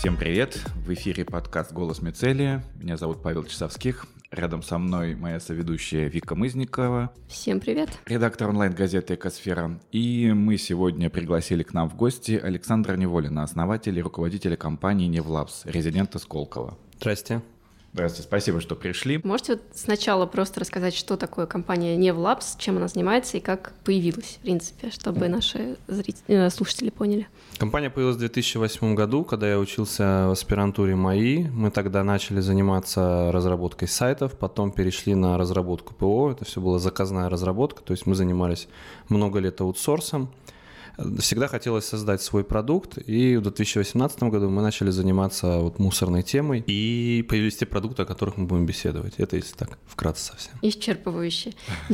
Всем привет! В эфире подкаст «Голос Мицелия». Меня зовут Павел Часовских. Рядом со мной моя соведущая Вика Мызникова. Всем привет! Редактор онлайн-газеты «Экосфера». И мы сегодня пригласили к нам в гости Александра Неволина, основателя и руководителя компании «Невлабс», резидента Сколково. Здрасте. Здравствуйте, спасибо, что пришли. Можете вот сначала просто рассказать, что такое компания Невлабс, чем она занимается и как появилась, в принципе, чтобы наши слушатели поняли? Компания появилась в 2008 году, когда я учился в аспирантуре МАИ. Мы тогда начали заниматься разработкой сайтов, потом перешли на разработку ПО. Это все была заказная разработка, то есть мы занимались много лет аутсорсом. Всегда хотелось создать свой продукт, и в 2018 году мы начали заниматься мусорной темой, и появились те продукты, о которых мы будем беседовать. Это если так, вкратце совсем. Исчерпывающе.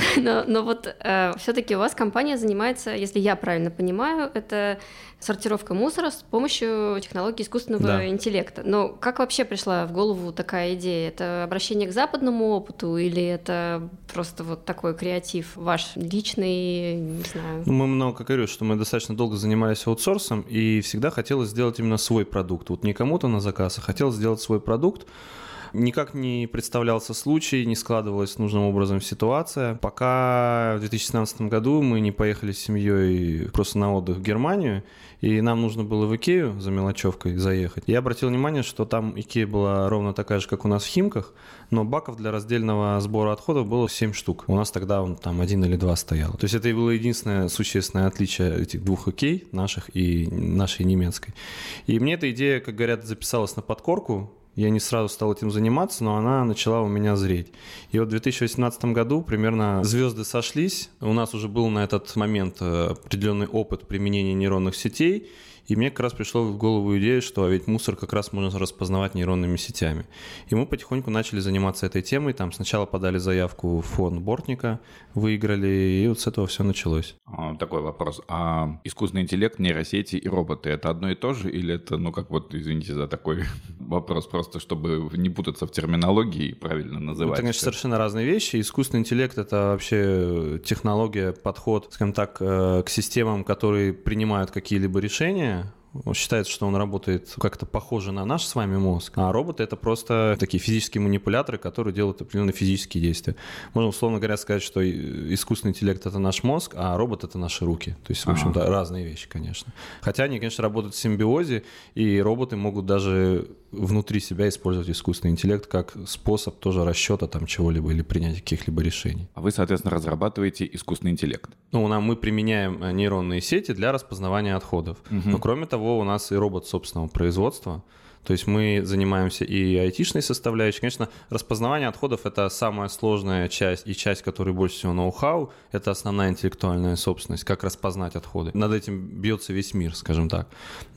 Но вот все-таки у вас компания занимается, если я правильно понимаю, это сортировка мусора с помощью технологии искусственного интеллекта. Но как вообще пришла в голову такая идея? Это обращение к западному опыту или это просто вот такой креатив ваш личный, не знаю? Мы много, как говорю, что мы достаточно долго занимались аутсорсом, и всегда хотелось сделать именно свой продукт. Вот не кому-то на заказ, а хотелось сделать свой продукт. Никак не представлялся случай, не складывалась нужным образом ситуация. Пока в 2017 году мы не поехали с семьей просто на отдых в Германию, и нам нужно было в Икею за мелочевкой заехать. Я обратил внимание, что там Икея была ровно такая же, как у нас в Химках, но баков для раздельного сбора отходов было 7 штук. У нас тогда там 1 или 2 стояло. То есть это и было единственное существенное отличие этих двух Икей, наших и нашей немецкой. И мне эта идея, как говорят, записалась на подкорку. Я не сразу стал этим заниматься, но она начала у меня зреть. И вот в 2018 году примерно звезды сошлись. У нас уже был на этот момент определенный опыт применения нейронных сетей. И мне как раз пришла в голову идея, что ведь мусор как раз можно распознавать нейронными сетями. И мы потихоньку начали заниматься этой темой. Там сначала подали заявку в фонд Бортника, выиграли, и вот с этого все началось. Такой вопрос. А искусственный интеллект, нейросети и роботы – это одно и то же? Или это, извините за такой вопрос, просто чтобы не путаться в терминологии и правильно называть? Это, конечно, совершенно разные вещи. Искусственный интеллект – это вообще технология, подход, скажем так, к системам, которые принимают какие-либо решения. Считается, что он работает как-то похоже на наш с вами мозг, а роботы — это просто такие физические манипуляторы, которые делают определенные физические действия. Можно, условно говоря, сказать, что искусственный интеллект — это наш мозг, а робот — это наши руки. То есть, в общем-то, разные вещи, конечно. Хотя они, конечно, работают в симбиозе, и роботы могут даже внутри себя использовать искусственный интеллект как способ тоже расчета там чего-либо или принятия каких-либо решений. А вы, соответственно, разрабатываете искусственный интеллект? Мы применяем нейронные сети для распознавания отходов. Но, кроме того, у нас и робот собственного производства. То есть мы занимаемся и айтишной составляющей. Конечно, распознавание отходов – это самая сложная часть, и часть, которой больше всего ноу-хау, это основная интеллектуальная собственность, как распознать отходы. Над этим бьется весь мир, скажем так.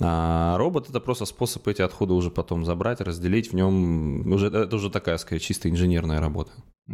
А робот – это просто способ эти отходы уже потом забрать, разделить в нем. Это уже такая, скорее, чисто инженерная работа.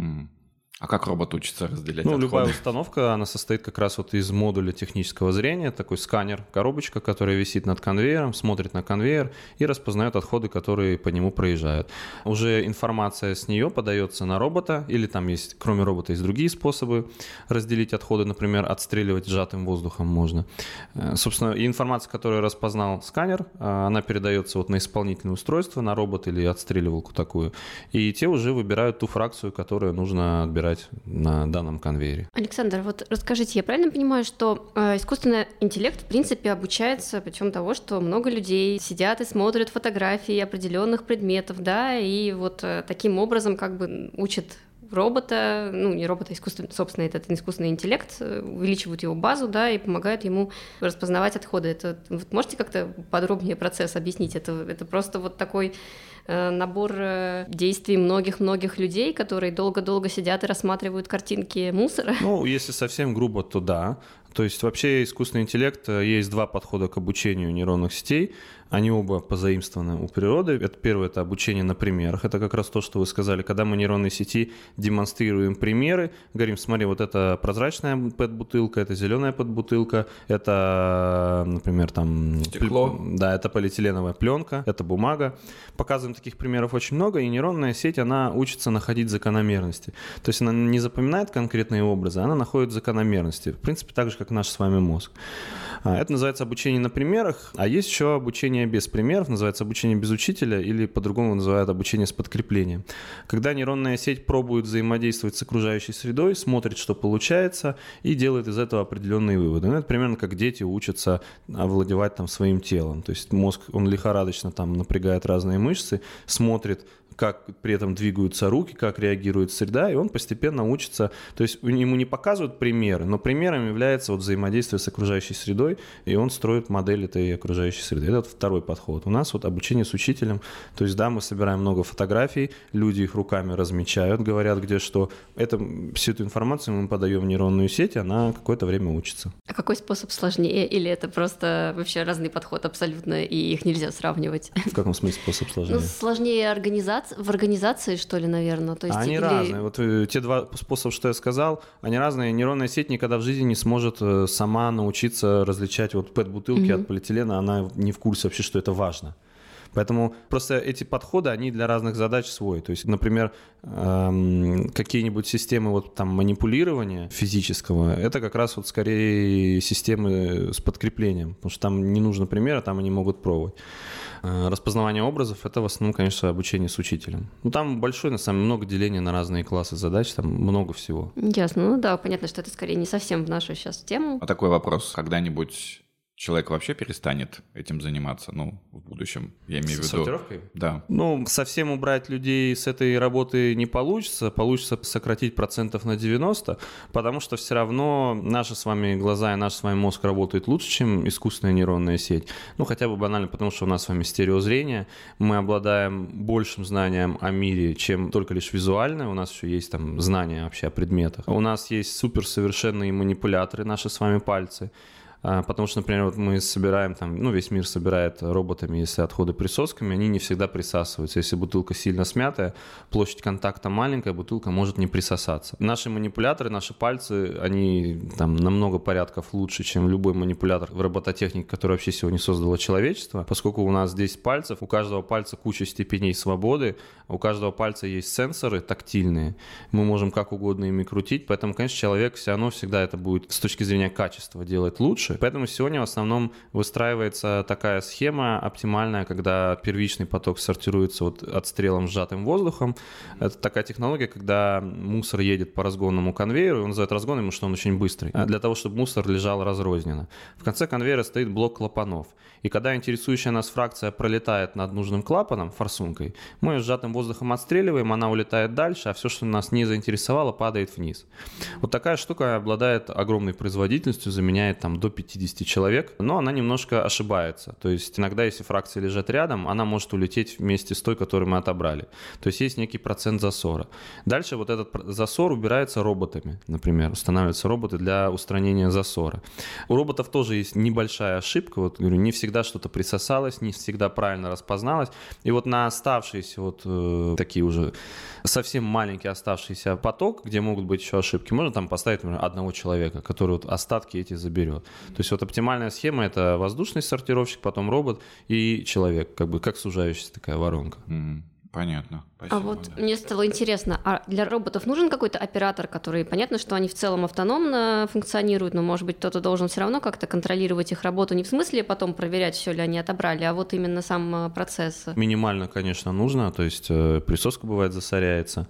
А как робот учится разделять отходы? Любая установка, она состоит как раз из модуля технического зрения, такой сканер, коробочка, которая висит над конвейером, смотрит на конвейер и распознает отходы, которые по нему проезжают. Уже информация с нее подается на робота, или там есть, кроме робота, есть другие способы разделить отходы, например, отстреливать сжатым воздухом можно. Собственно, информация, которую распознал сканер, она передается на исполнительное устройство, на робот или отстреливалку такую, и те уже выбирают ту фракцию, которую нужно отбирать на данном конвейере. Александр, вот расскажите, я правильно понимаю, что искусственный интеллект в принципе обучается путем того, что много людей сидят и смотрят фотографии определенных предметов, да, и вот таким образом учат робота, не робота, собственно, этот искусственный интеллект, увеличивают его базу, да, и помогают ему распознавать отходы. Это можете как-то подробнее процесс объяснить? Это просто такой набор действий многих-многих людей, которые долго-долго сидят и рассматривают картинки мусора? Если совсем грубо, то да. То есть вообще искусственный интеллект, есть два подхода к обучению нейронных сетей. Они оба позаимствованы у природы. Первое – это обучение на примерах. Это как раз то, что вы сказали. Когда мы нейронной сети демонстрируем примеры, говорим, смотри, вот это прозрачная PET-бутылка, это зеленая PET-бутылка, это, например, там… Стекло. Да, это полиэтиленовая пленка, это бумага. Показываем таких примеров очень много, и нейронная сеть, она учится находить закономерности. То есть она не запоминает конкретные образы, она находит закономерности. В принципе, так же, как наш с вами мозг. Это называется обучение на примерах, а есть еще обучение без примеров, называется обучение без учителя или по-другому называют обучение с подкреплением. Когда нейронная сеть пробует взаимодействовать с окружающей средой, смотрит, что получается, и делает из этого определенные выводы. Это примерно как дети учатся овладевать там своим телом. То есть мозг, он лихорадочно там напрягает разные мышцы, смотрит, как при этом двигаются руки, как реагирует среда, и он постепенно учится. То есть ему не показывают примеры, но примером является вот взаимодействие с окружающей средой, и он строит модель этой окружающей среды. Это вот второй подход. У нас вот обучение с учителем. То есть, да, мы собираем много фотографий, люди их руками размечают, говорят, где что. Всю эту информацию мы подаем в нейронную сеть, она какое-то время учится. А какой способ сложнее? Или это просто вообще разный подход абсолютно, и их нельзя сравнивать? В каком смысле способ сложнее? Ну, сложнее в организации, что ли, наверное. То есть, они разные. Вот те два способа, что я сказал, они разные. Нейронная сеть никогда в жизни не сможет сама научиться различать вот PET-бутылки от полиэтилена. Она не в курсе вообще, что это важно. Поэтому просто эти подходы, они для разных задач свой. То есть, например, какие-нибудь системы вот там манипулирования физического, это как раз вот скорее системы с подкреплением, потому что там не нужно примера, там они могут пробовать. Распознавание образов – это в основном, конечно, обучение с учителем. Ну, там большое, на самом деле, много деления на разные классы задач, там много всего. Ясно. Ну да, понятно, что это скорее не совсем в нашу сейчас тему. А такой вопрос. Когда-нибудь человек вообще перестанет этим заниматься, ну, в будущем, я имею в виду. С сортировкой? Да. Ну, совсем убрать людей с этой работы не получится. Получится сократить процентов на 90%, потому что все равно наши с вами глаза и наш с вами мозг работают лучше, чем искусственная нейронная сеть. Ну, хотя бы банально, потому что у нас с вами стереозрение, мы обладаем большим знанием о мире, чем только лишь визуальное. У нас еще есть там знания вообще о предметах. У нас есть суперсовершенные манипуляторы, наши с вами пальцы. Потому что, например, вот мы собираем там, ну, весь мир собирает роботами, если отходы присосками, они не всегда присасываются. Если бутылка сильно смятая, площадь контакта маленькая, бутылка может не присосаться. Наши манипуляторы, наши пальцы, они там на много порядков лучше, чем любой манипулятор в робототехнике, который вообще сегодня создало человечество, поскольку у нас 10 пальцев, у каждого пальца куча степеней свободы, у каждого пальца есть сенсоры тактильные, мы можем как угодно ими крутить, поэтому, конечно, человек все равно всегда это будет с точки зрения качества делать лучше. Поэтому сегодня в основном выстраивается такая схема оптимальная, когда первичный поток сортируется вот отстрелом сжатым воздухом. Это такая технология, когда мусор едет по разгонному конвейеру, его называют разгонным, потому что он очень быстрый, для того, чтобы мусор лежал разрозненно. В конце конвейера стоит блок клапанов. И когда интересующая нас фракция пролетает над нужным клапаном, форсункой, мы ее сжатым воздухом отстреливаем, она улетает дальше, а все, что нас не заинтересовало, падает вниз. Вот такая штука обладает огромной производительностью, заменяет там до 50 человек, но она немножко ошибается. То есть иногда, если фракции лежат рядом, она может улететь вместе с той, которую мы отобрали. То есть есть некий процент засора. Дальше вот этот засор убирается роботами, например. Устанавливаются роботы для устранения засора. У роботов тоже есть небольшая ошибка. Вот говорю, не всегда что-то присосалось, не всегда правильно распозналось. И вот на оставшиеся вот такие уже совсем маленький оставшийся поток, где могут быть еще ошибки, можно там поставить, например, одного человека, который вот остатки эти заберет. То есть вот оптимальная схема – это воздушный сортировщик, потом робот и человек, как бы как сужающаяся такая воронка. Понятно. Спасибо, а вот мне стало интересно, а для роботов нужен какой-то оператор, который, понятно, что они в целом автономно функционируют, но, может быть, кто-то должен все равно как-то контролировать их работу, не в смысле потом проверять, все ли они отобрали, а вот именно сам процесс? Минимально, конечно, нужно, то есть присоска бывает засоряется.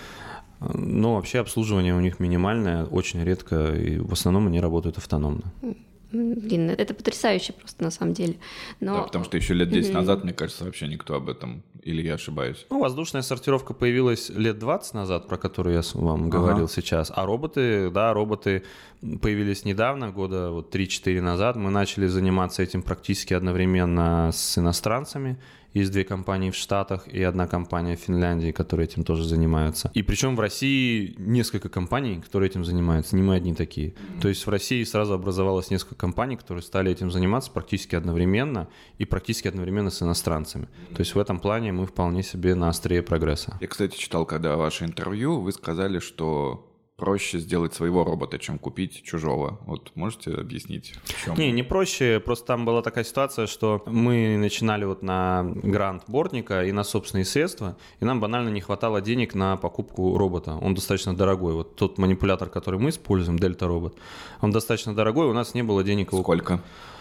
Но вообще обслуживание у них минимальное, очень редко, и в основном они работают автономно. Блин, это потрясающе просто на самом деле. Но... Да, потому что еще лет 10 назад, мне кажется, вообще никто об этом, или я ошибаюсь? Ну, воздушная сортировка появилась лет 20 назад, про которую я вам говорил сейчас, а роботы, да, роботы появились недавно, года вот 3-4 назад. Мы начали заниматься этим практически одновременно с иностранцами. Есть 2 компании в Штатах и 1 компания в Финляндии, которые этим тоже занимаются. И причем в России несколько компаний, которые этим занимаются, не мы одни такие. То есть в России сразу образовалось несколько компаний, которые стали этим заниматься практически одновременно и практически одновременно с иностранцами. То есть в этом плане мы вполне себе на острие прогресса. Я, кстати, читал, когда ваше интервью, вы сказали, что проще сделать своего робота, чем купить чужого. Вот можете объяснить, в чем? Не проще, просто там была такая ситуация, что мы начинали вот на грант Бортника и на собственные средства, и нам банально не хватало денег на покупку робота. Он достаточно дорогой. Вот тот манипулятор, который мы используем, Delta робот, он достаточно дорогой, у нас не было денег. Сколько?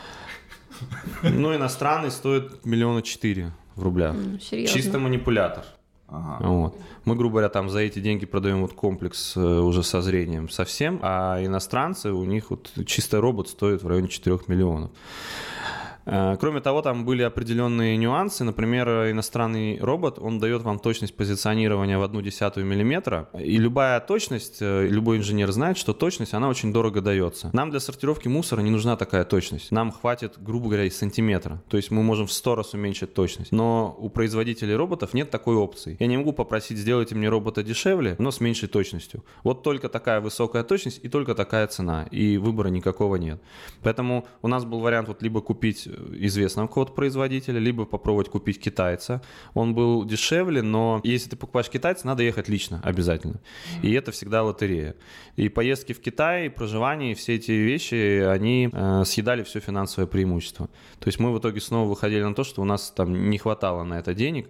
Ну, иностранный стоит 4 миллиона в рублях. Серьезно? Чисто манипулятор. Ага. Вот. Мы, грубо говоря, там за эти деньги продаем вот комплекс уже со зрением совсем, а иностранцы, у них вот чисто робот стоит в районе 4 миллионов. Кроме того, там были определенные нюансы. Например, иностранный робот, он дает вам точность позиционирования в 0,1 миллиметра. И любая точность, любой инженер знает, что точность, она очень дорого дается. Нам для сортировки мусора не нужна такая точность. Нам хватит, грубо говоря, из сантиметра. То есть мы можем в 100 раз уменьшить точность. Но у производителей роботов нет такой опции. Я не могу попросить, сделайте мне робота дешевле, но с меньшей точностью. Вот только такая высокая точность и только такая цена. И выбора никакого нет. Поэтому у нас был вариант вот либо купить известного какого-то производителя, либо попробовать купить китайца. Он был дешевле, но если ты покупаешь китайца, надо ехать лично обязательно. И это всегда лотерея. И поездки в Китай, и проживание, и все эти вещи, они съедали все финансовое преимущество. То есть мы в итоге снова выходили на то, что у нас там не хватало на это денег.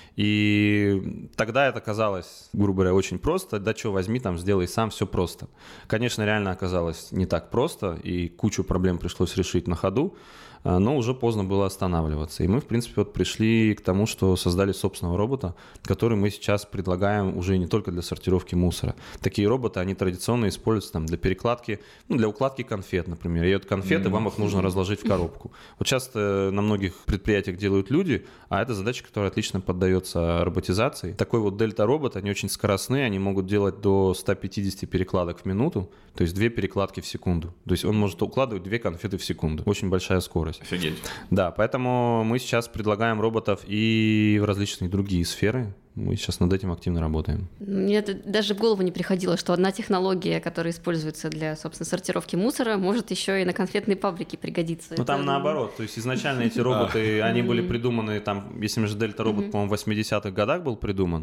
И тогда это казалось, грубо говоря, очень просто. Да что, возьми там, сделай сам, все просто. Конечно, реально оказалось не так просто, и кучу проблем пришлось решить на ходу, но уже поздно было останавливаться. И мы, в принципе, вот пришли к тому, что создали собственного робота, который мы сейчас предлагаем уже не только для сортировки мусора. Такие роботы, они традиционно используются там для перекладки, ну, для укладки конфет, например. И вот конфеты, вам их нужно разложить в коробку. Вот часто на многих предприятиях делают люди, а это задача, которая отлично поддается роботизации. Такой вот дельта-робот, они очень скоростные, они могут делать до 150 перекладок в минуту, то есть 2 перекладки в секунду. То есть он может укладывать 2 конфеты в секунду. Очень большая скорость. Офигеть. Да, поэтому мы сейчас предлагаем роботов и в различные другие сферы. Мы сейчас над этим активно работаем. Мне даже в голову не приходило, что одна технология, которая используется для, собственно, сортировки мусора, может еще и на конфетной фабрике пригодиться. Ну, там наоборот. То есть изначально эти роботы, они были придуманы, там, если же Дельта-робот, по-моему, в 80-х годах был придуман.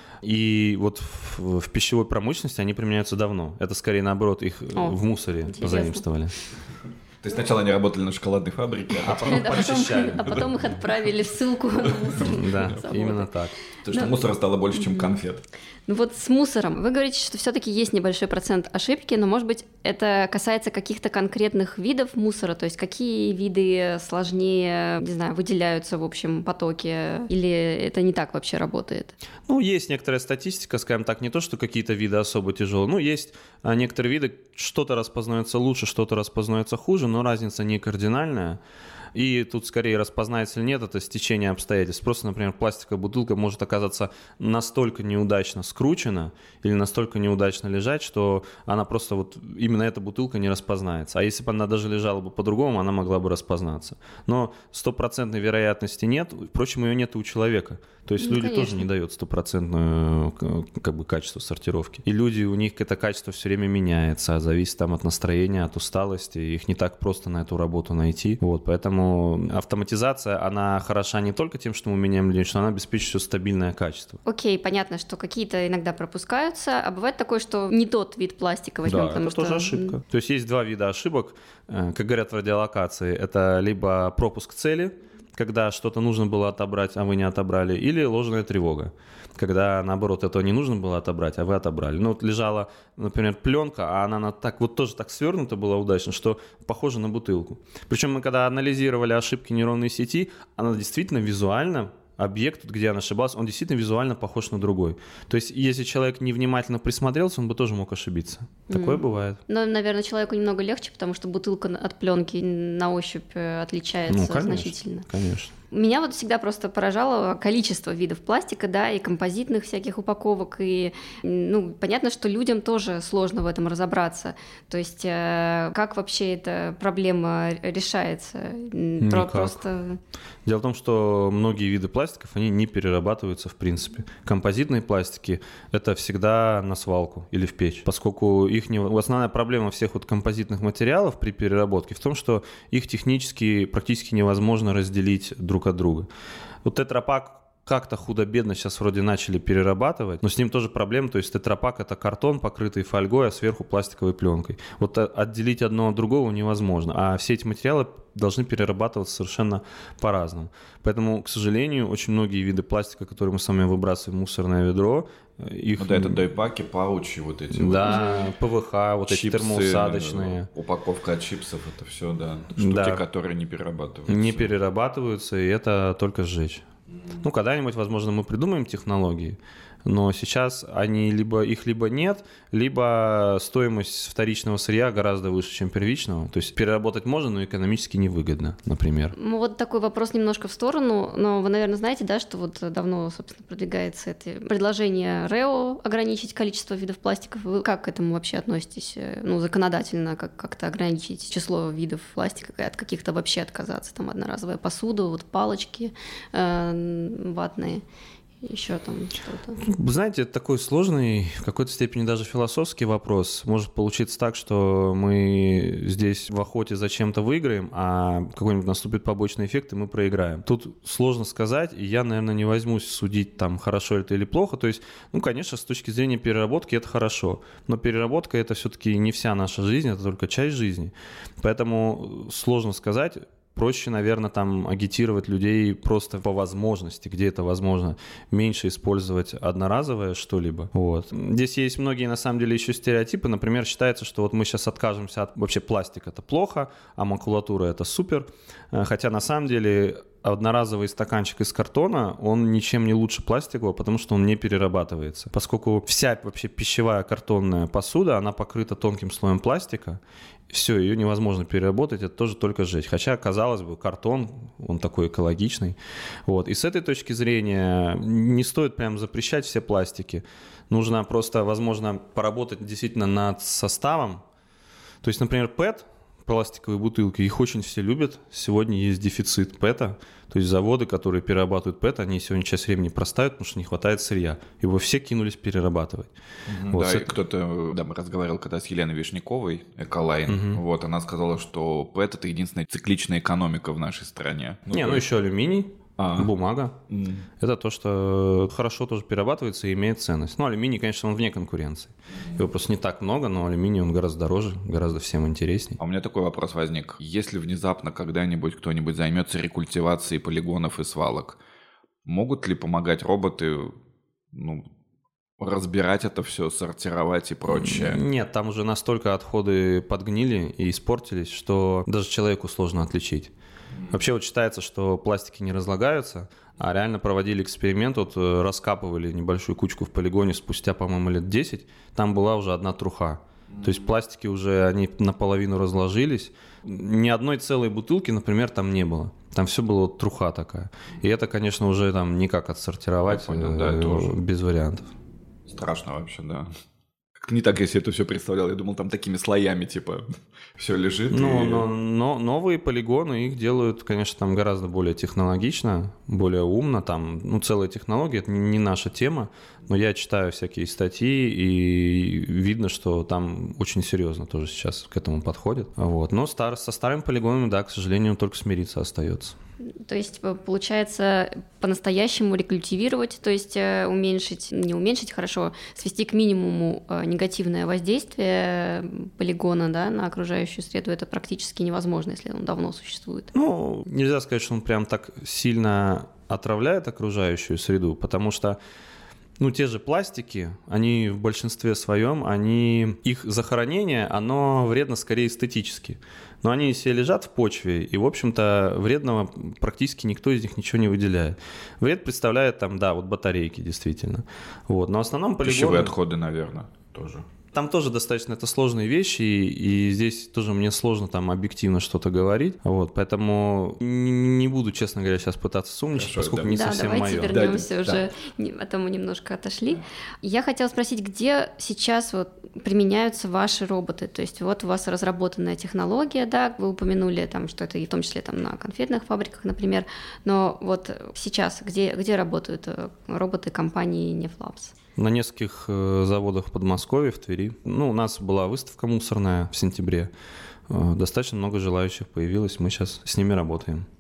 И вот в пищевой промышленности они применяются давно. Это скорее наоборот, их в мусоре позаимствовали. То есть сначала они работали на шоколадной фабрике, а потом почищали. А потом их отправили в ссылку на мусорный Да, завод. именно так. Потому что мусора стало больше, чем конфет. Ну вот с мусором. Вы говорите, что все-таки есть небольшой процент ошибки, но, может быть, это касается каких-то конкретных видов мусора, то есть какие виды сложнее, не знаю, выделяются в общем потоке, или это не так вообще работает? Ну, есть некоторая статистика, скажем так, не то, что какие-то виды особо тяжелые, ну, есть некоторые виды, что-то распознается лучше, что-то распознается хуже, но разница не кардинальная. И тут скорее распознается или нет, это стечение обстоятельств. Просто, например, пластиковая бутылка может оказаться настолько неудачно скручена или настолько неудачно лежать, что она просто вот именно эта бутылка не распознается. А если бы она даже лежала бы по-другому, она могла бы распознаться. Но 100% вероятности нет, впрочем, ее нет и у человека. То есть люди конечно. тоже не дают стопроцентное качество сортировки. И люди, у них это качество все время меняется, зависит там от настроения, от усталости. Их не так просто на эту работу найти. Вот, поэтому автоматизация, она хороша не только тем, что мы меняем людей, что она обеспечивает стабильное качество. Окей, понятно, что какие-то иногда пропускаются, а бывает такое, что не тот вид пластика возьмем, Да, потому это что... тоже ошибка. То есть есть два вида ошибок, как говорят в радиолокации. Это либо пропуск цели, когда что-то нужно было отобрать, а вы не отобрали, или ложная тревога, когда, наоборот, этого не нужно было отобрать, а вы отобрали. Ну, вот лежала, например, пленка, а она так, вот тоже так свернута была удачно, что похоже на бутылку. Причем мы, когда анализировали ошибки нейронной сети, она действительно визуально, объект, где она ошибалась, он действительно визуально похож на другой. То есть, если человек невнимательно присмотрелся, он бы тоже мог ошибиться. Такое бывает. Но, наверное, человеку немного легче, потому что бутылка от пленки на ощупь отличается значительно. Конечно. Меня вот всегда просто поражало количество видов пластика, да, и композитных всяких упаковок, и, ну, понятно, что людям тоже сложно в этом разобраться. То есть, как вообще эта проблема решается? Никак. Просто... Дело в том, что многие виды пластиков, они не перерабатываются в принципе. Композитные пластики – это всегда на свалку или в печь, поскольку их не... Основная проблема всех вот композитных материалов при переработке в том, что их технически практически невозможно разделить друг от друга. Вот тетрапак как-то худо-бедно сейчас вроде начали перерабатывать, но с ним тоже проблема, то есть тетрапак — это картон, покрытый фольгой, а сверху пластиковой пленкой. Вот отделить одно от другого невозможно, а все эти материалы должны перерабатываться совершенно по-разному. Поэтому, к сожалению, очень многие виды пластика, которые мы с вами выбрасываем в мусорное ведро, их... Ну да, это дайпаки, паучи вот эти. Да, вот. ПВХ, вот чипсы, эти термоусадочные. Упаковка от чипсов, это все, да, штуки, да, которые не перерабатываются. Не перерабатываются, и это только сжечь. Ну, когда-нибудь, возможно, мы придумаем технологии, но сейчас их либо нет, либо стоимость вторичного сырья гораздо выше, чем первичного. То есть переработать можно, но экономически невыгодно, например. Ну, вот такой вопрос немножко в сторону, но вы, наверное, знаете, да, что вот давно, собственно, продвигается это предложение РЭО ограничить количество видов пластиков. Вы как к этому вообще относитесь? Ну, законодательно как-то ограничить число видов пластика, от каких-то вообще отказаться? Там одноразовая посуда, вот палочки ватные. Еще там что-то. Вы знаете, это такой сложный, в какой-то степени даже философский вопрос. Может получиться так, что мы здесь в охоте за чем-то выиграем, а какой-нибудь наступит побочный эффект, и мы проиграем. Тут сложно сказать, и я, наверное, не возьмусь судить, там, хорошо это или плохо. То есть, ну, конечно, с точки зрения переработки это хорошо, но переработка — это все-таки не вся наша жизнь, это только часть жизни. Поэтому сложно сказать. Проще, наверное, там агитировать людей просто по возможности, где это возможно, меньше использовать одноразовое что-либо. Вот. Здесь есть многие, на самом деле, еще стереотипы. Например, считается, что вот мы сейчас откажемся от... Вообще пластик — это плохо, а макулатура — это супер. Хотя на самом деле одноразовый стаканчик из картона, он ничем не лучше пластикового, потому что он не перерабатывается. Поскольку вся вообще пищевая картонная посуда, она покрыта тонким слоем пластика, все, ее невозможно переработать, это тоже только сжечь. Хотя, казалось бы, картон, он такой экологичный. Вот. И с этой точки зрения не стоит прям запрещать все пластики. Нужно просто, возможно, поработать действительно над составом. То есть, например, PET, пластиковые бутылки, их очень все любят. Сегодня есть дефицит ПЭТа. То есть заводы, которые перерабатывают ПЭТ, они сегодня часть времени простают, потому что не хватает сырья. Его все кинулись перерабатывать. Вот, да, и кто-то, да, мы разговаривали когда с Еленой Вишняковой, Эколайн, вот, она сказала, что ПЭТ — это единственная цикличная экономика в нашей стране. Ну еще алюминий. Бумага. Это то, что хорошо тоже перерабатывается и имеет ценность. Ну, алюминий, конечно, он вне конкуренции. Его просто не так много, но алюминий он гораздо дороже, гораздо всем интереснее. А у меня такой вопрос возник. Если внезапно когда-нибудь кто-нибудь займется рекультивацией полигонов и свалок, могут ли помогать роботы, ну, разбирать это все, сортировать и прочее? Нет, там уже настолько отходы подгнили и испортились, что даже человеку сложно отличить. Вообще вот считается, что пластики не разлагаются, а реально проводили эксперимент, вот раскапывали небольшую кучку в полигоне спустя, по-моему, лет 10, там была уже одна труха. То есть пластики уже, они наполовину разложились. Ни одной целой бутылки, например, там не было. Там все было вот труха такая. И это, конечно, уже там никак отсортировать, без вариантов. Страшно вообще, да. Не так я себе это все представлял. Я думал, там такими слоями, типа, все лежит. Но новые полигоны, их делают, конечно, там гораздо более технологично, более умно. Там, ну, целая технология, это не наша тема, но я читаю всякие статьи, и видно, что там очень серьезно тоже сейчас к этому подходят. Вот. Но со старыми полигонами, да, к сожалению, только смириться остается. То есть, получается, по-настоящему рекультивировать, то есть свести к минимуму негативное воздействие полигона, да, на окружающую среду, это практически невозможно, если он давно существует. Ну, нельзя сказать, что он прям так сильно отравляет окружающую среду, потому что те же пластики, они в большинстве своем, их захоронение, оно вредно скорее эстетически. Но они все лежат в почве, и, в общем-то, вредного практически никто из них ничего не выделяет. Вред представляет там, да, вот батарейки, действительно. Вот. Но в основном полигоны... Пищевые отходы, наверное, тоже. Там тоже достаточно это сложные вещи, и здесь тоже мне сложно там объективно что-то говорить. Вот, поэтому не буду, честно говоря, сейчас пытаться сумничать, поскольку не совсем мое. Давайте вернемся уже, а то мы немножко отошли. Я хотела спросить, где сейчас вот применяются ваши роботы? То есть вот у вас разработанная технология, да, вы упомянули, там, что это и в том числе там, на конфетных фабриках, например, но вот сейчас где работают роботы компании Neflabs? На нескольких заводах в Подмосковье, в Твери. У нас была выставка мусорная в сентябре. Достаточно много желающих появилось. Мы сейчас с ними работаем.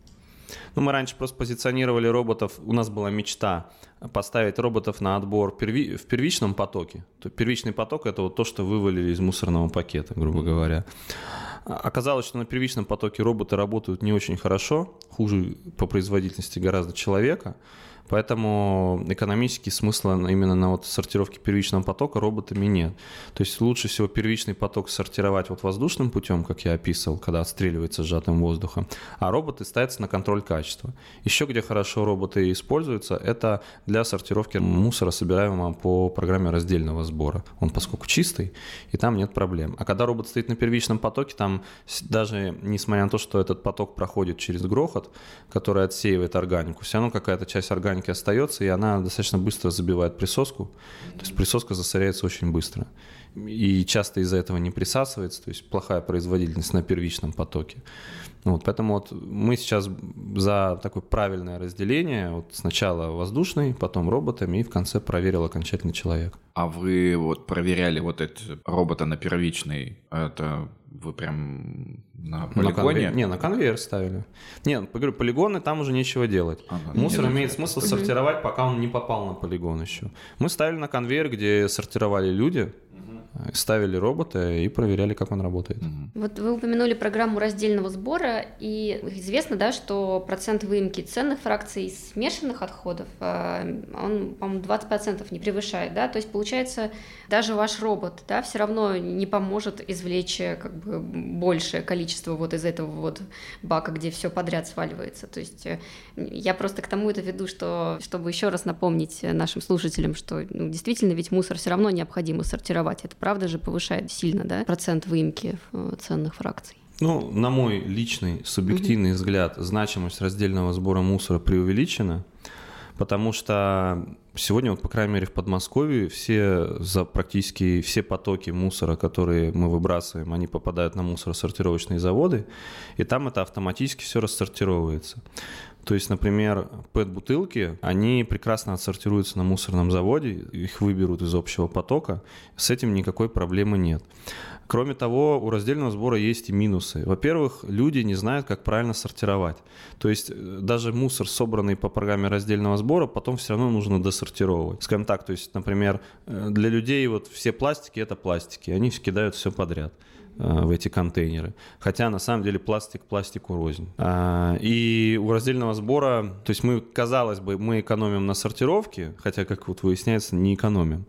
Ну, мы раньше просто позиционировали роботов, у нас была мечта поставить роботов на отбор в первичном потоке. Первичный поток – это вот то, что вывалили из мусорного пакета, грубо говоря. Оказалось, что на первичном потоке роботы работают не очень хорошо, хуже по производительности гораздо человека, поэтому экономический смысла именно на вот сортировке первичного потока роботами нет. То есть лучше всего первичный поток сортировать вот воздушным путем, как я описывал, когда отстреливается сжатым воздухом, а роботы ставятся на контроль качества. Еще где хорошо роботы используются, это для сортировки мусора, собираемого по программе раздельного сбора. Он поскольку чистый, и там нет проблем. А когда робот стоит на первичном потоке, там даже несмотря на то, что этот поток проходит через грохот, который отсеивает органику, все равно какая-то часть органики остается, и она достаточно быстро забивает присоску. То есть присоска засоряется очень быстро. И часто из-за этого не присасывается, то есть плохая производительность на первичном потоке. Вот, поэтому вот мы сейчас за такое правильное разделение. Вот сначала воздушный, потом роботами, и в конце проверил окончательно человек. А вы вот проверяли вот эти робота на первичный, это вы прям на полигоне? На конвейер ставили. Нет, говорю, полигоны, там уже нечего делать. Мусор имеет смысл сортировать, пока он не попал на полигон еще. Мы ставили на конвейер, где сортировали люди, ставили робота и проверяли, как он работает. Вот вы упомянули программу раздельного сбора, и известно, да, что процент выемки ценных фракций из смешанных отходов, он, по-моему, 20% не превышает, да, то есть, получается, даже ваш робот, да, все равно не поможет извлечь как бы большее количество вот из этого вот бака, где все подряд сваливается, то есть я просто к тому это веду, что, чтобы еще раз напомнить нашим слушателям, что действительно ведь мусор все равно необходимо сортировать, это правда же повышает сильно, да, процент выемки ценных фракций? Ну, на мой личный, субъективный взгляд, значимость раздельного сбора мусора преувеличена, потому что сегодня, вот, по крайней мере, в Подмосковье практически все потоки мусора, которые мы выбрасываем, они попадают на мусоросортировочные заводы, и там это автоматически все рассортировывается. То есть, например, ПЭТ-бутылки, они прекрасно отсортируются на мусорном заводе, их выберут из общего потока, с этим никакой проблемы нет. Кроме того, у раздельного сбора есть и минусы. Во-первых, люди не знают, как правильно сортировать. То есть даже мусор, собранный по программе раздельного сбора, потом все равно нужно досортировывать. Скажем так, то есть, например, для людей вот все пластики – это пластики, они кидают все подряд в эти контейнеры. Хотя на самом деле пластик пластику рознь. И у раздельного сбора, то есть мы, казалось бы, мы экономим на сортировке, хотя, как вот выясняется, не экономим.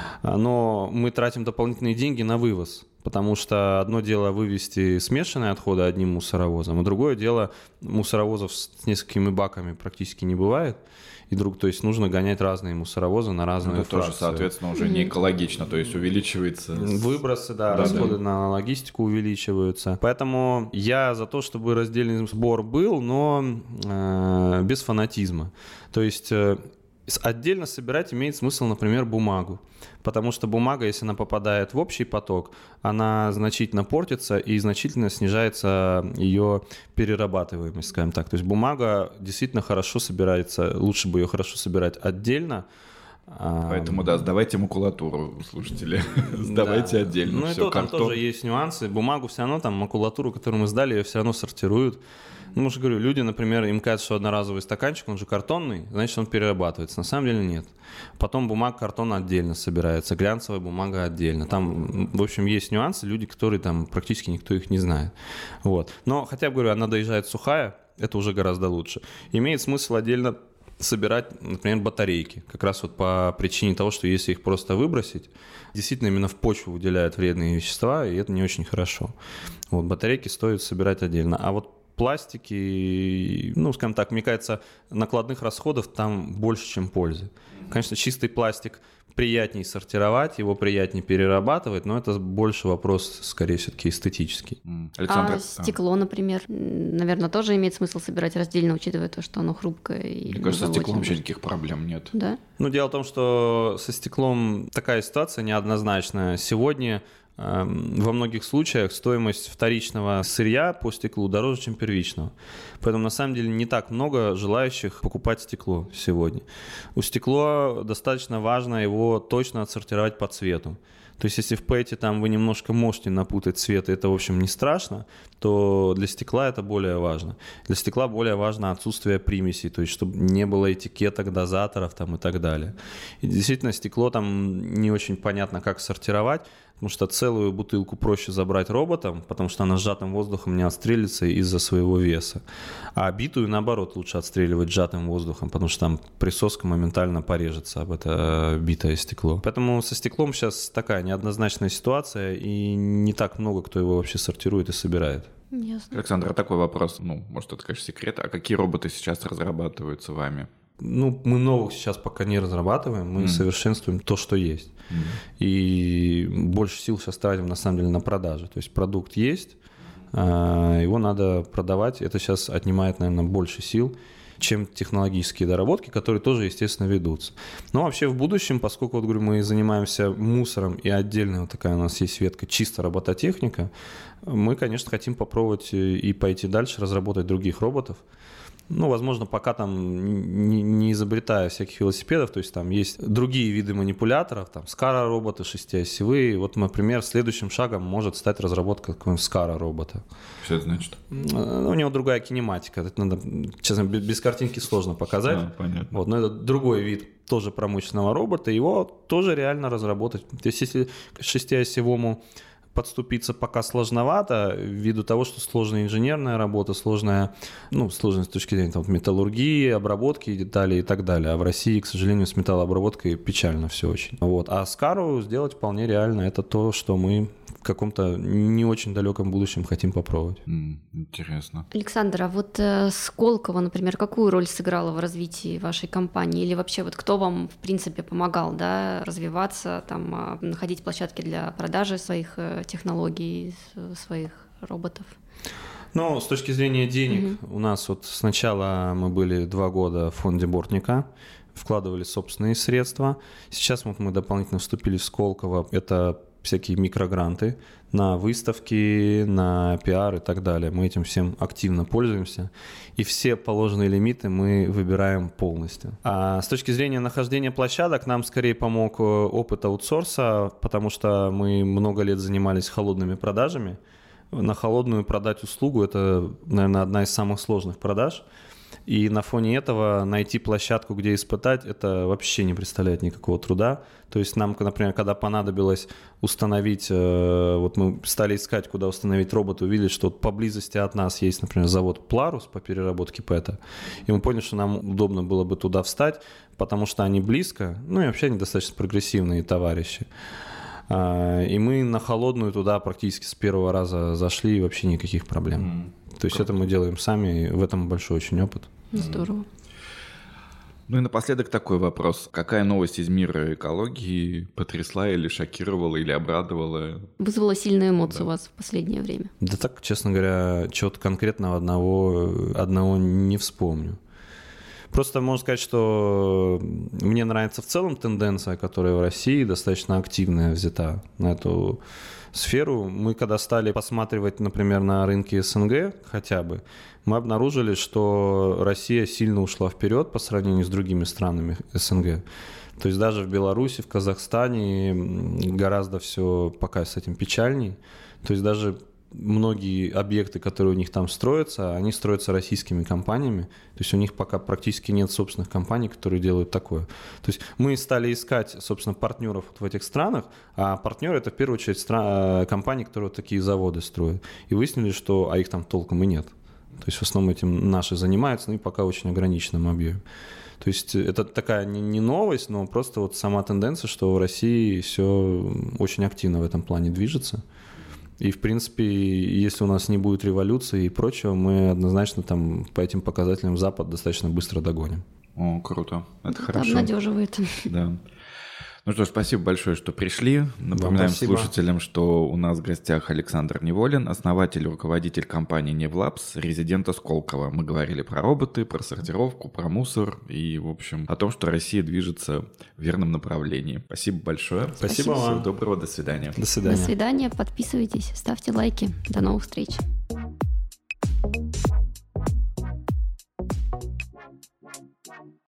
Но мы тратим дополнительные деньги на вывоз. Потому что одно дело вывести смешанные отходы одним мусоровозом, а другое дело мусоровозов с несколькими баками практически не бывает. То есть нужно гонять разные мусоровозы на разные фракции. Это тоже, соответственно, уже не экологично, то есть увеличивается... Выбросы, расходы на логистику увеличиваются. Поэтому я за то, чтобы раздельный сбор был, но без фанатизма. То есть... Отдельно собирать имеет смысл, например, бумагу, потому что бумага, если она попадает в общий поток, она значительно портится и значительно снижается ее перерабатываемость, скажем так. То есть бумага действительно хорошо собирается, лучше бы ее хорошо собирать отдельно. Поэтому, да, сдавайте макулатуру, слушатели, сдавайте отдельно. Ну и то там тоже есть нюансы. Бумагу все равно, там макулатуру, которую мы сдали, ее все равно сортируют. Ну, я же говорю, люди, например, им кажется, что одноразовый стаканчик, он же картонный, значит, он перерабатывается. На самом деле нет. Потом бумага картона отдельно собирается, глянцевая бумага отдельно. Там, в общем, есть нюансы, люди, которые там практически никто их не знает. Вот. Но хотя бы, говорю, она доезжает сухая, это уже гораздо лучше. Имеет смысл отдельно собирать, например, батарейки. Как раз вот по причине того, что если их просто выбросить, действительно именно в почву выделяют вредные вещества, и это не очень хорошо. Вот, батарейки стоит собирать отдельно. А вот пластики, ну, скажем так, мне кажется, накладных расходов там больше, чем пользы. Конечно, чистый пластик приятнее сортировать, его приятнее перерабатывать, но это больше вопрос, скорее, все-таки эстетический. Александр, стекло, например, наверное, тоже имеет смысл собирать раздельно, учитывая то, что оно хрупкое. И мне кажется, со стеклом вообще никаких проблем нет. Да? Ну, дело в том, что со стеклом такая ситуация неоднозначная. Сегодня во многих случаях стоимость вторичного сырья по стеклу дороже, чем первичного. Поэтому на самом деле не так много желающих покупать стекло сегодня. У стекла достаточно важно его точно отсортировать по цвету. То есть если в PET там вы немножко можете напутать цвет, и это, в общем, не страшно, то для стекла это более важно. Для стекла более важно отсутствие примесей, то есть чтобы не было этикеток, дозаторов там, и так далее. И действительно, стекло там не очень понятно, как сортировать, потому что целую бутылку проще забрать роботом, потому что она сжатым воздухом не отстрелится из-за своего веса. А битую, наоборот, лучше отстреливать сжатым воздухом, потому что там присоска моментально порежется об это битое стекло. Поэтому со стеклом сейчас такая неоднозначная ситуация, и не так много кто его вообще сортирует и собирает. Ясно. Александр, а такой вопрос, может, это, конечно, секрет, а какие роботы сейчас разрабатываются вами? Мы новых сейчас пока не разрабатываем, мы совершенствуем то, что есть. И больше сил сейчас тратим, на самом деле, на продажи. То есть продукт есть, его надо продавать. Это сейчас отнимает, наверное, больше сил, чем технологические доработки, которые тоже, естественно, ведутся. Но вообще в будущем, поскольку, говорю, мы занимаемся мусором, и отдельно такая у нас есть ветка чисто робототехника, мы, конечно, хотим попробовать и пойти дальше, разработать других роботов. Возможно, пока там не изобретая всяких велосипедов, то есть там есть другие виды манипуляторов, там SCARA-роботы, шестиосевые. Вот, например, следующим шагом может стать разработка какого-нибудь SCARA-робота. Что это значит? У него другая кинематика. Это надо, честно, без картинки сложно показать. Понятно. Но это другой вид тоже промышленного робота. Его тоже реально разработать. То есть если к шестиосевому подступиться пока сложновато, ввиду того, что сложная инженерная работа, сложная с точки зрения металлургии, обработки деталей и так далее. А в России, к сожалению, с металлообработкой печально все очень. А SCARA сделать вполне реально. Это то, что мы в каком-то не очень далеком будущем хотим попробовать. Интересно. Александр, а вот Сколково, например, какую роль сыграла в развитии вашей компании? Или вообще кто вам, в принципе, помогал, развиваться, находить площадки для продажи своих технологий, своих роботов? С точки зрения денег, у нас сначала мы были 2 года в фонде Бортника, вкладывали собственные средства. Сейчас мы дополнительно вступили в Сколково. Это всякие микрогранты на выставки, на пиар и так далее. Мы этим всем активно пользуемся. И все положенные лимиты мы выбираем полностью. А с точки зрения нахождения площадок нам скорее помог опыт аутсорса, потому что мы много лет занимались холодными продажами. На холодную продать услугу – это, наверное, одна из самых сложных продаж. И на фоне этого найти площадку, где испытать, это вообще не представляет никакого труда. То есть нам, например, когда понадобилось установить, мы стали искать, куда установить робот, увидели, что поблизости от нас есть, например, завод Пларус по переработке ПЭТа. И мы поняли, что нам удобно было бы туда встать, потому что они близко, и вообще они достаточно прогрессивные товарищи. И мы на холодную туда практически с первого раза зашли, и вообще никаких проблем. То есть это мы делаем сами, и в этом большой очень опыт. Здорово. И напоследок такой вопрос. Какая новость из мира экологии потрясла или шокировала, или обрадовала? Вызвала сильные эмоции у вас в последнее время? Да так, честно говоря, чего-то конкретного одного не вспомню. Просто можно сказать, что мне нравится в целом тенденция, которая в России достаточно активная взята на эту сферу. Мы когда стали посматривать, например, на рынки СНГ хотя бы, мы обнаружили, что Россия сильно ушла вперед по сравнению с другими странами СНГ. То есть даже в Беларуси, в Казахстане гораздо все пока с этим печальней. То есть даже многие объекты, которые у них там строятся, они строятся российскими компаниями. То есть у них пока практически нет собственных компаний, которые делают такое. То есть мы стали искать, собственно, партнеров в этих странах, а партнеры — это в первую очередь компании, которые такие заводы строят. И выяснили, что их там толком и нет. То есть в основном этим наши занимаются, и пока в очень ограниченном объеме. То есть это такая не новость, но просто сама тенденция, что в России все очень активно в этом плане движется. И, в принципе, если у нас не будет революции и прочего, мы однозначно по этим показателям Запад достаточно быстро догоним. О, круто. Это хорошо. Обнадеживает. Да. Ну что ж, спасибо большое, что пришли. Напоминаем слушателям, что у нас в гостях Александр Неволин, основатель и руководитель компании Невлабс, резидент Сколково. Мы говорили про роботы, про сортировку, про мусор и, в общем, о том, что Россия движется в верном направлении. Спасибо большое. Спасибо вам. Всего доброго, до свидания. До свидания. До свидания. Подписывайтесь, ставьте лайки. До новых встреч.